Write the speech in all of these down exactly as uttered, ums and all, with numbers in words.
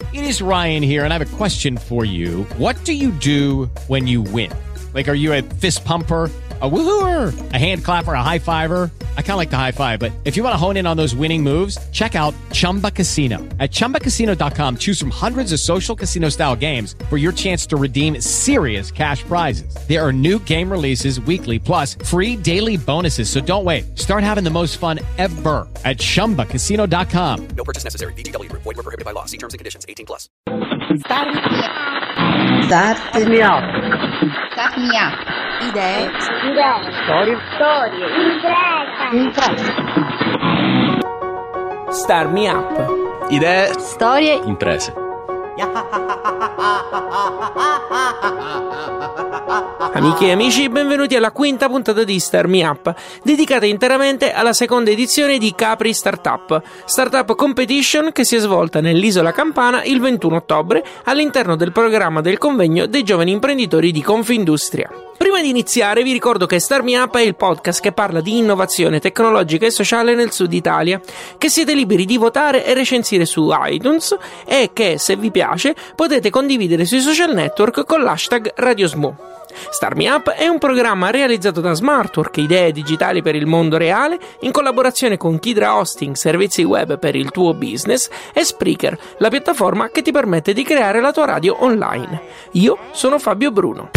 It is Ryan here, and I have a question for you. What do you do when you win? Like, are you a fist pumper, a woohooer, a hand clapper, a high fiver? I kind of like the high five, but if you want to hone in on those winning moves, check out Chumba Casino. At chumba casino dot com, choose from hundreds of social casino style games for your chance to redeem serious cash prizes. There are new game releases weekly, plus free daily bonuses. So don't wait. Start having the most fun ever at chumba casino dot com. No purchase necessary. V G W Group. Void where prohibited by law. See terms and conditions. eighteen plus. Start me up. Start me up. Idee. Idee. Storie. Storie. Imprese. Start me up. Idee. Storie. Imprese. Amiche e amici, benvenuti alla quinta puntata di Start Me Up, dedicata interamente alla seconda edizione di Capri Startup, Startup Competition che si è svolta nell'isola Campana il ventuno ottobre all'interno del programma del convegno dei giovani imprenditori di Confindustria. Prima di iniziare vi ricordo che Start Me Up è il podcast che parla di innovazione tecnologica e sociale nel sud Italia, che siete liberi di votare e recensire su iTunes e che, se vi piace, potete condividere sui social network con l'hashtag RadioSmo. Start Me Up è un programma realizzato da Smartwork, idee digitali per il mondo reale, in collaborazione con Kidra Hosting, servizi web per il tuo business, e Spreaker, la piattaforma che ti permette di creare la tua radio online. Io sono Fabio Bruno.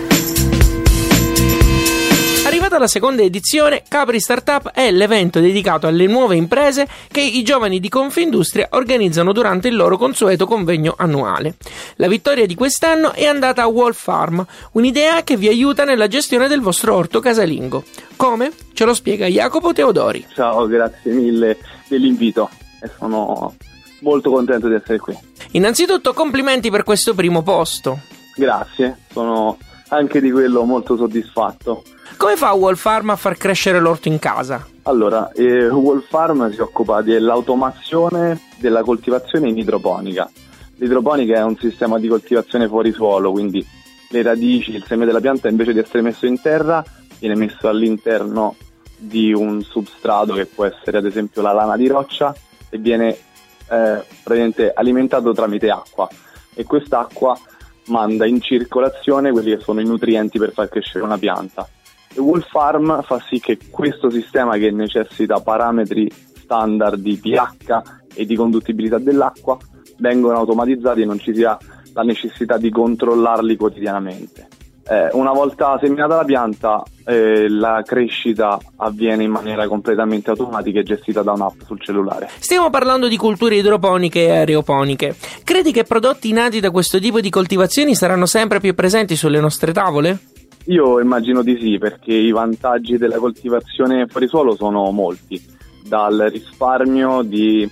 Arrivata la seconda edizione, Capri Startup è l'evento dedicato alle nuove imprese che i giovani di Confindustria organizzano durante il loro consueto convegno annuale. La vittoria di quest'anno è andata a Wolf Farm, un'idea che vi aiuta nella gestione del vostro orto casalingo. Come? Ce lo spiega Jacopo Teodori. Ciao, grazie mille dell'invito e sono molto contento di essere qui. Innanzitutto complimenti per questo primo posto. Grazie, sono anche di quello molto soddisfatto. Come fa Wolf Farm a far crescere l'orto in casa? Allora, eh, Wolf Farm si occupa dell'automazione della coltivazione in idroponica. L'idroponica è un sistema di coltivazione fuori suolo, quindi le radici, il seme della pianta, invece di essere messo in terra, viene messo all'interno di un substrato che può essere ad esempio la lana di roccia e viene eh, praticamente alimentato tramite acqua, e quest'acqua manda in circolazione quelli che sono i nutrienti per far crescere una pianta. E Wolf Farm fa sì che questo sistema, che necessita parametri standard di pH e di conduttibilità dell'acqua, vengono automatizzati e non ci sia la necessità di controllarli quotidianamente. Eh, una volta seminata la pianta, eh, la crescita avviene in maniera completamente automatica e gestita da un'app sul cellulare. Stiamo parlando di culture idroponiche e aeroponiche. Credi che prodotti nati da questo tipo di coltivazioni saranno sempre più presenti sulle nostre tavole? Io immagino di sì, perché i vantaggi della coltivazione fuori suolo sono molti, dal risparmio di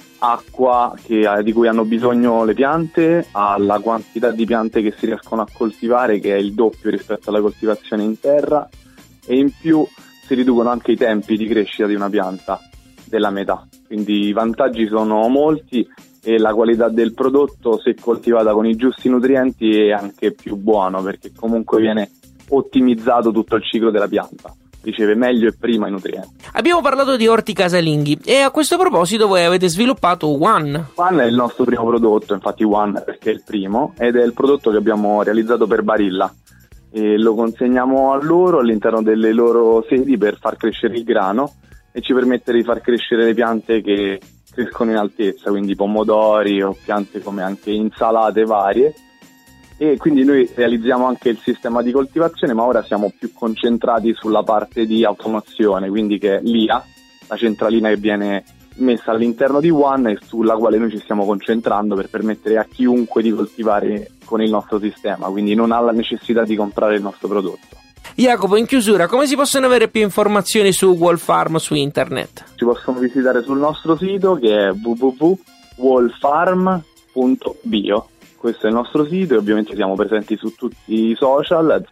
acqua che, di cui hanno bisogno le piante, alla quantità di piante che si riescono a coltivare, che è il doppio rispetto alla coltivazione in terra, e in più si riducono anche i tempi di crescita di una pianta della metà. Quindi i vantaggi sono molti e la qualità del prodotto, se coltivata con i giusti nutrienti, è anche più buono, perché comunque viene ottimizzato tutto il ciclo della pianta, riceve meglio e prima i nutrienti. Abbiamo parlato di orti casalinghi e a questo proposito voi avete sviluppato One. One è il nostro primo prodotto, infatti One perché è il primo, ed è il prodotto che abbiamo realizzato per Barilla e lo consegniamo a loro all'interno delle loro sedi per far crescere il grano e ci permette di far crescere le piante che crescono in altezza, quindi pomodori o piante come anche insalate varie. E quindi noi realizziamo anche il sistema di coltivazione, ma ora siamo più concentrati sulla parte di automazione, quindi che è l'I A, la centralina che viene messa all'interno di One e sulla quale noi ci stiamo concentrando per permettere a chiunque di coltivare con il nostro sistema, quindi non ha la necessità di comprare il nostro prodotto. Jacopo, in chiusura, come si possono avere più informazioni su Wolf Farm su internet? Ci possono visitare sul nostro sito, che è w w w punto wolfarm punto bio. Questo è il nostro sito e ovviamente siamo presenti su tutti i social.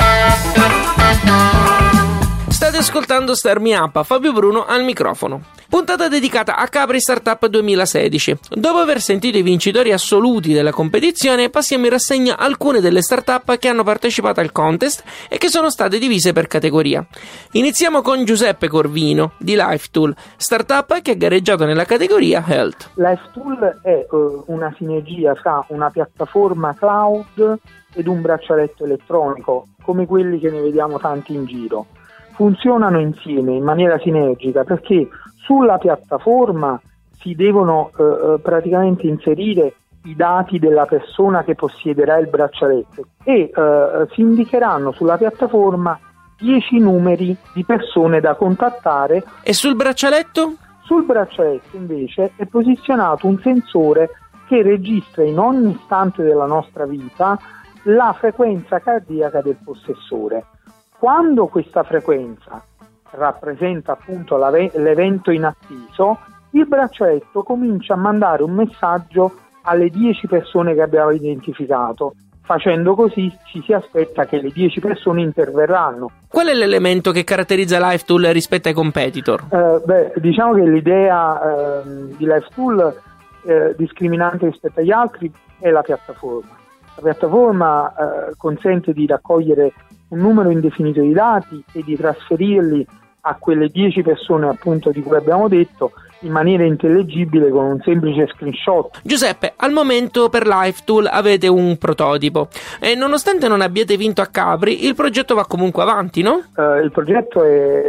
State ascoltando Start Me Up, Fabio Bruno al microfono. Puntata dedicata a Capri Startup duemilasedici. Dopo aver sentito i vincitori assoluti della competizione, passiamo in rassegna alcune delle startup che hanno partecipato al contest e che sono state divise per categoria. Iniziamo con Giuseppe Corvino di LifeTool, startup che ha gareggiato nella categoria Health. LifeTool è uh, una sinergia fra una piattaforma cloud ed un braccialetto elettronico, come quelli che ne vediamo tanti in giro. Funzionano insieme in maniera sinergica perché sulla piattaforma si devono uh, praticamente inserire i dati della persona che possiederà il braccialetto e uh, si indicheranno sulla piattaforma dieci numeri di persone da contattare. E sul braccialetto? Sul braccialetto invece è posizionato un sensore che registra in ogni istante della nostra vita la frequenza cardiaca del possessore. Quando questa frequenza rappresenta appunto l'evento inatteso, il braccialetto comincia a mandare un messaggio alle dieci persone che abbiamo identificato. Facendo così ci si aspetta che le dieci persone interverranno. Qual è l'elemento che caratterizza LifeTool rispetto ai competitor? Eh, beh, diciamo che l'idea eh, di LifeTool eh, discriminante rispetto agli altri è la piattaforma. La piattaforma eh, consente di raccogliere un numero indefinito di dati e di trasferirli a quelle dieci persone appunto di cui abbiamo detto in maniera intellegibile con un semplice screenshot. Giuseppe, al momento per LifeTool avete un prototipo e nonostante non abbiate vinto a Capri, il progetto va comunque avanti, no? Uh, il progetto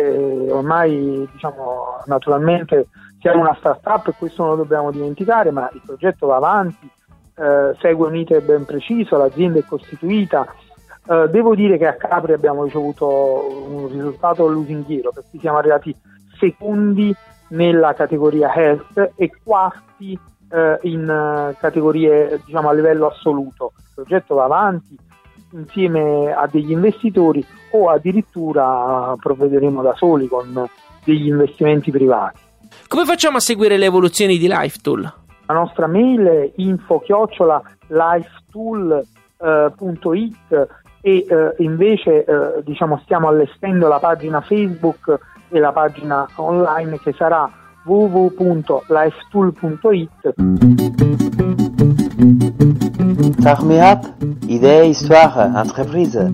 è ormai, diciamo, naturalmente siamo una startup e questo non lo dobbiamo dimenticare, ma il progetto va avanti, uh, segue un iter ben preciso, l'azienda è costituita. Uh, devo dire che a Capri abbiamo ricevuto un risultato lusinghiero perché siamo arrivati secondi nella categoria Health e quarti eh, in uh, categorie, diciamo, a livello assoluto. Il progetto va avanti insieme a degli investitori o addirittura uh, provvederemo da soli con degli investimenti privati. Come facciamo a seguire le evoluzioni di LifeTool? La nostra mail è info chiocciola lifetool punto it e uh, invece uh, diciamo stiamo allestendo la pagina Facebook e la pagina online che sarà w w w punto lifetool punto it. Start Me Up, idée, histoire, entreprise.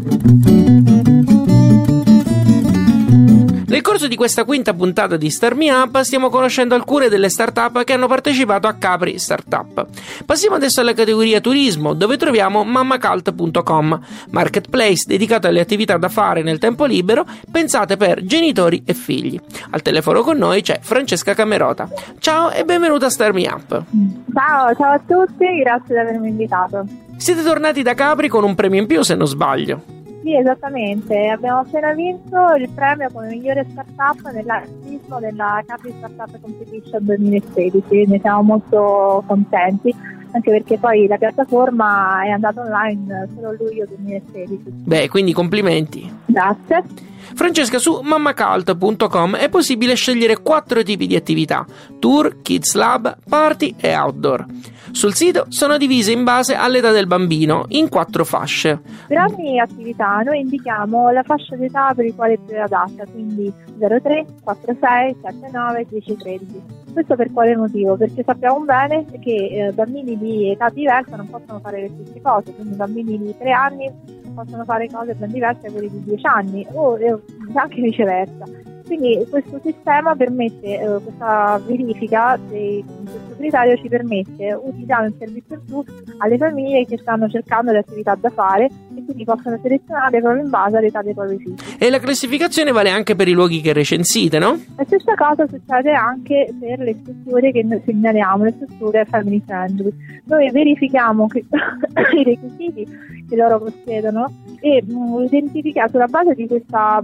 Nel corso di questa quinta puntata di Start Me Up stiamo conoscendo alcune delle startup che hanno partecipato a Capri Startup. Passiamo adesso alla categoria turismo, dove troviamo mammacult punto com, marketplace dedicato alle attività da fare nel tempo libero pensate per genitori e figli. Al telefono con noi c'è Francesca Camerota. Ciao e benvenuta a Start Me Up. Ciao, ciao a tutti, grazie di avermi invitato. Siete tornati da Capri con un premio in più, se non sbaglio. Sì, esattamente, abbiamo appena vinto il premio come migliore startup nell'attivismo della Capri Startup Competition duemilasedici, ne siamo molto contenti, anche perché poi la piattaforma è andata online solo a luglio duemilasedici. Beh, quindi complimenti. Grazie. Francesca, su mammacult punto com è possibile scegliere quattro tipi di attività: tour, kids lab, party e outdoor. Sul sito sono divise in base all'età del bambino in quattro fasce. Per ogni attività noi indichiamo la fascia di età per il quale è più adatta, quindi zero tre, quattro sei, sette nove, dieci tredici. Questo per quale motivo? Perché sappiamo bene che eh, bambini di età diversa non possono fare le stesse cose, quindi bambini di tre anni possono fare cose ben diverse da quelli di dieci anni o eh, anche viceversa. Quindi questo sistema permette, eh, questa verifica, se questo criterio ci permette di dare un servizio in più alle famiglie che stanno cercando le attività da fare e quindi possono selezionare proprio in base all'età dei propri figli. E la classificazione vale anche per i luoghi che recensite, no? La stessa cosa succede anche per le strutture che noi segnaliamo, le strutture family friendly. Noi verifichiamo che i requisiti che loro possiedono e mh, identifichiamo sulla base di questa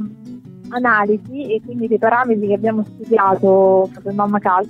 analisi e quindi dei parametri che abbiamo studiato per Mammacult,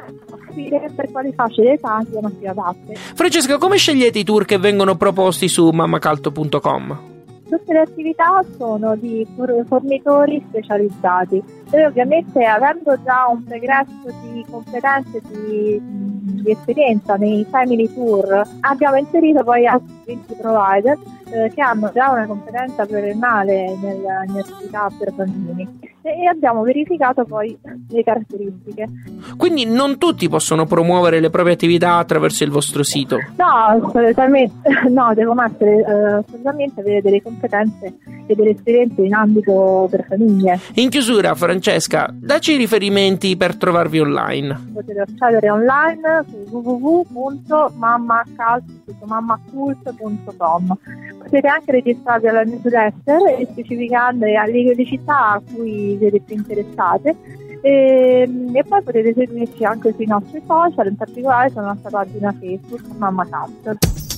capire per quali fasce di età siano più adatte. Francesca, come scegliete i tour che vengono proposti su mammacult punto com? Tutte le attività sono di fornitori specializzati. Noi ovviamente, avendo già un pregresso di competenze di di esperienza nei family tour, abbiamo inserito poi altri provider eh, che hanno già una competenza pluriennale nella- nelle attività per bambini e, e abbiamo verificato poi le caratteristiche. Quindi non tutti possono promuovere le proprie attività attraverso il vostro sito. No, assolutamente, no, devono essere eh, assolutamente avere delle competenze e delle esperienze in ambito per famiglie. In chiusura, Francesca, dacci i riferimenti per trovarvi online. Potete accedere online su w w w punto mammacult punto com. Potete anche registrarvi alla newsletter e specificando le città a cui siete più interessate. E, e poi potete seguirci anche sui nostri social, in particolare sulla nostra pagina Facebook Mamma Cult.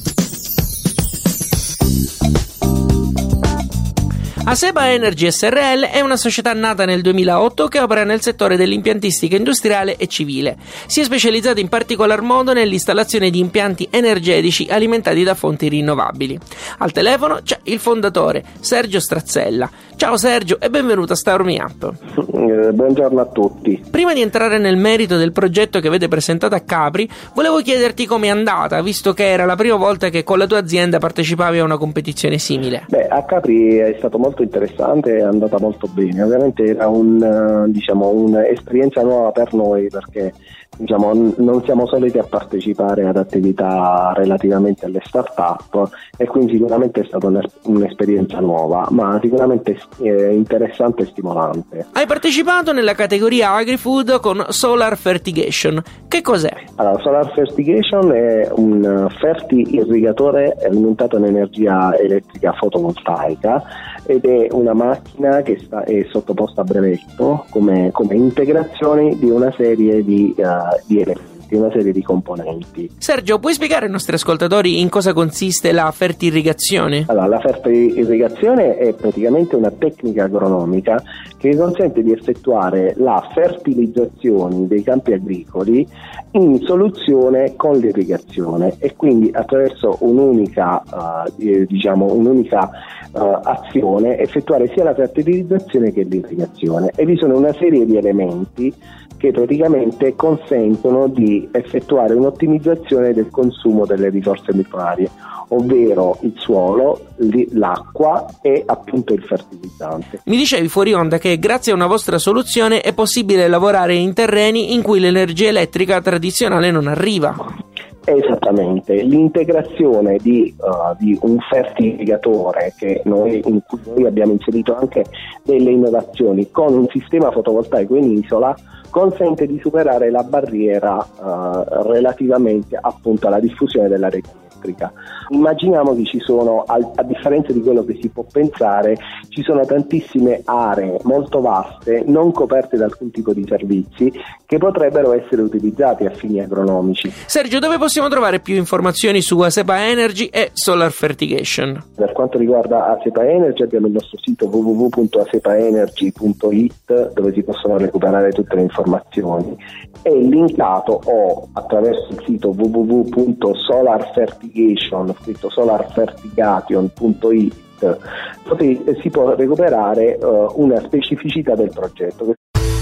Aseba Energy S R L è una società nata nel duemilaotto che opera nel settore dell'impiantistica industriale e civile. Si è specializzata in particolar modo nell'installazione di impianti energetici alimentati da fonti rinnovabili. Al telefono c'è il fondatore, Sergio Strazzella. Ciao Sergio e benvenuto a Start Me Up. Eh, buongiorno a tutti. Prima di entrare nel merito del progetto che avete presentato a Capri, volevo chiederti com'è andata, visto che era la prima volta che con la tua azienda partecipavi a una competizione simile. Beh, a Capri è stato molto interessante, è andata molto bene. Ovviamente era un, diciamo, un'esperienza nuova per noi perché diciamo, non siamo soliti a partecipare ad attività relativamente alle start-up e quindi sicuramente è stata un'esperienza nuova, ma sicuramente eh, interessante e stimolante. Hai partecipato nella categoria Agri-Food con Solar Fertigation. Che cos'è? Allora, Solar Fertigation è un ferti-irrigatore alimentato in energia elettrica fotovoltaica ed è una macchina che sta, è sottoposta a brevetto come, come integrazione di una serie di, uh, di elementi, una serie di componenti. Sergio, puoi spiegare ai nostri ascoltatori in cosa consiste la fertirrigazione? Allora, la fertirrigazione è praticamente una tecnica agronomica che consente di effettuare la fertilizzazione dei campi agricoli in soluzione con l'irrigazione e quindi attraverso un'unica, uh, eh, diciamo, un'unica uh, azione effettuare sia la fertilizzazione che l'irrigazione. E vi sono una serie di elementi che praticamente consentono di effettuare un'ottimizzazione del consumo delle risorse primarie, ovvero il suolo, l'acqua e appunto il fertilizzante. Mi dicevi fuori onda che grazie a una vostra soluzione è possibile lavorare in terreni in cui l'energia elettrica tradizionale non arriva. Esattamente, l'integrazione di, uh, di un fertilizzatore che noi, in cui noi abbiamo inserito anche delle innovazioni con un sistema fotovoltaico in isola consente di superare la barriera uh, relativamente appunto alla diffusione della rete elettrica. Immaginiamo che ci sono, a, a differenza di quello che si può pensare, ci sono tantissime aree molto vaste non coperte da alcun tipo di servizi che potrebbero essere utilizzati a fini agronomici. Sergio, dove possiamo trovare più informazioni su Aseba Energy e Solar Fertigation? Per quanto riguarda Aseba Energy abbiamo il nostro sito w w w punto asepaenergy punto i t dove si possono recuperare tutte le informazioni e linkato o attraverso il sito w w w punto solar fertigation scritto solar fertigation punto i t dove si può recuperare uh, una specificità del progetto.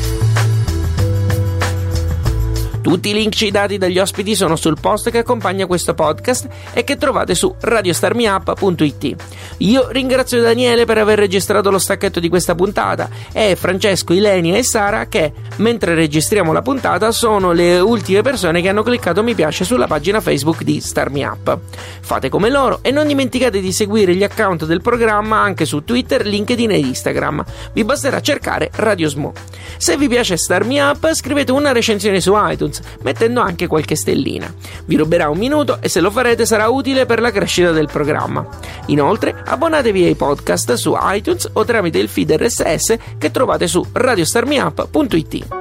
Tutti i link citati dagli ospiti sono sul post che accompagna questo podcast e che trovate su radio star me up punto i t. Io ringrazio Daniele per aver registrato lo stacchetto di questa puntata e Francesco, Ilenia e Sara che, mentre registriamo la puntata, sono le ultime persone che hanno cliccato mi piace sulla pagina Facebook di Start Me Up. Fate come loro e non dimenticate di seguire gli account del programma anche su Twitter, LinkedIn e Instagram. Vi basterà cercare Radio Smo. Se vi piace Start Me Up, scrivete una recensione su iTunes, mettendo anche qualche stellina. Vi ruberà un minuto e se lo farete sarà utile per la crescita del programma. Inoltre, abbonatevi ai podcast su iTunes o tramite il feed R S S che trovate su radio star me up punto i t.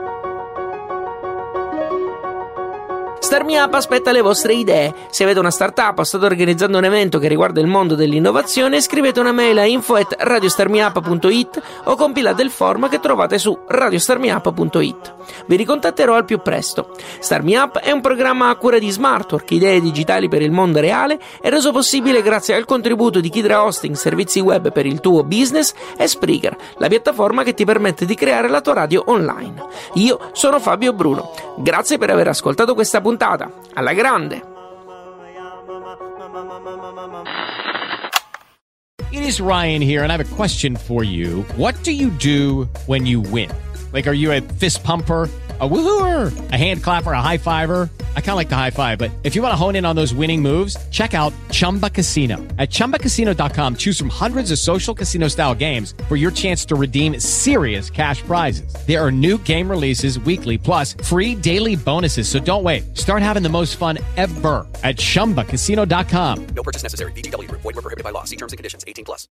Start Me Up aspetta le vostre idee. Se avete una startup o state organizzando un evento che riguarda il mondo dell'innovazione, scrivete una mail a info at radio star me up punto i t o compilate il form che trovate su radio star me up punto i t. Vi ricontatterò al più presto. Start Me Up è un programma a cura di Smartwork, idee digitali per il mondo reale, e reso possibile grazie al contributo di Kidra Hosting, servizi web per il tuo business, e Spreaker, la piattaforma che ti permette di creare la tua radio online. Io sono Fabio Bruno. Grazie per aver ascoltato questa puntata puntata. Alla grande! It is Ryan here, and I have a question for you. What do you do when you win? Like, are you a fist pumper, a woohooer, a hand clapper, a high fiver? I kind of like the high five, but if you want to hone in on those winning moves, check out Chumba Casino. At chumba casino dot com, choose from hundreds of social casino style games for your chance to redeem serious cash prizes. There are new game releases weekly, plus free daily bonuses. So don't wait. Start having the most fun ever at chumba casino dot com. No purchase necessary. V G W. Void where prohibited by law. See terms and conditions. eighteen plus.